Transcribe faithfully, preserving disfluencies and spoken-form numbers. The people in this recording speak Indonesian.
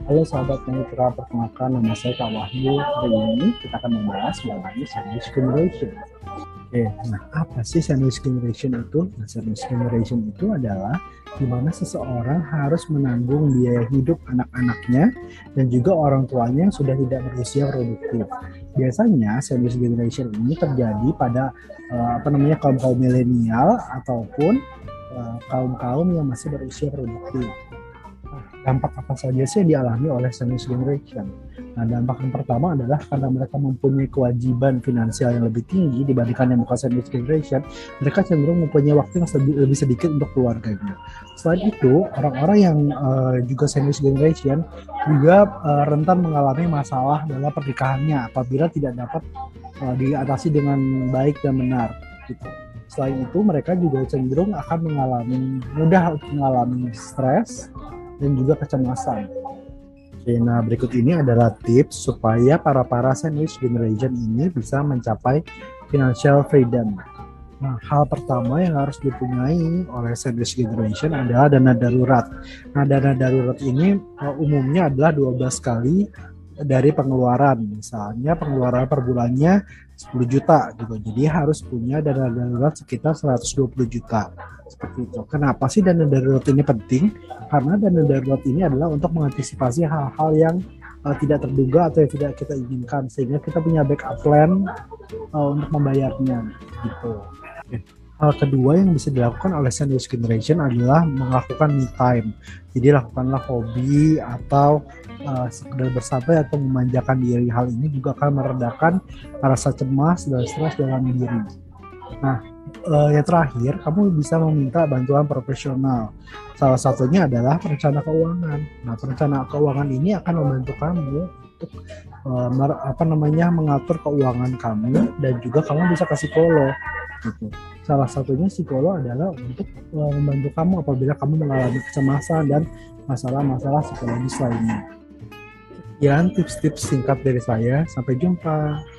Halo sahabat Mitra, perkenalkan nama saya Kak Wahyu. Hari ini kita akan membahas mengenai sandwich generation. Oke, nah apa sih sandwich generation itu? Nah, sandwich generation itu adalah di mana seseorang harus menanggung biaya hidup anak-anaknya dan juga orang tuanya yang sudah tidak berusia produktif. Biasanya sandwich generation ini terjadi pada uh, apa namanya kaum kaum milenial ataupun uh, kaum kaum yang masih berusia produktif. Dampak apa saja sih yang dialami oleh sandwich generation? Nah, dampak yang pertama adalah karena mereka mempunyai kewajiban finansial yang lebih tinggi dibandingkan yang bukan sandwich generation, mereka cenderung mempunyai waktu yang lebih sedikit untuk keluarganya. Selain itu, orang-orang yang uh, juga sandwich generation juga uh, rentan mengalami masalah dalam pernikahannya apabila tidak dapat uh, diatasi dengan baik dan benar. Gitu. Selain itu, mereka juga cenderung akan mengalami mudah untuk mengalami stres dan juga kecemasan. Oke, nah berikut ini adalah tips supaya para-para sandwich generation ini bisa mencapai financial freedom. Nah, hal pertama yang harus dipunyai oleh sandwich generation adalah dana darurat. Nah, dana darurat ini uh, umumnya adalah dua belas kali dari pengeluaran. Misalnya pengeluaran per bulannya sepuluh juta gitu. Jadi harus punya dana darurat sekitar seratus dua puluh juta. Seperti itu. Kenapa sih dana darurat ini penting? Karena dana darurat ini adalah untuk mengantisipasi hal-hal yang uh, tidak terduga atau yang tidak kita inginkan, sehingga kita punya backup plan uh, untuk membayarnya gitu. Oke. Hal kedua yang bisa dilakukan oleh sandwich generation adalah melakukan me time. Jadi lakukanlah hobi atau uh, sekedar bersantai atau memanjakan diri. Hal ini juga akan meredakan rasa cemas dan stres dalam diri. Nah, uh, yang terakhir, kamu bisa meminta bantuan profesional. Salah satunya adalah perencana keuangan. Nah, perencana keuangan ini akan membantu kamu untuk uh, mer- apa namanya mengatur keuangan kamu, dan juga kamu bisa ke psikolog. Gitu. Salah satunya psikolog adalah untuk uh, membantu kamu apabila kamu mengalami kecemasan dan masalah-masalah psikologis lainnya. Sekian tips-tips singkat dari saya. Sampai jumpa.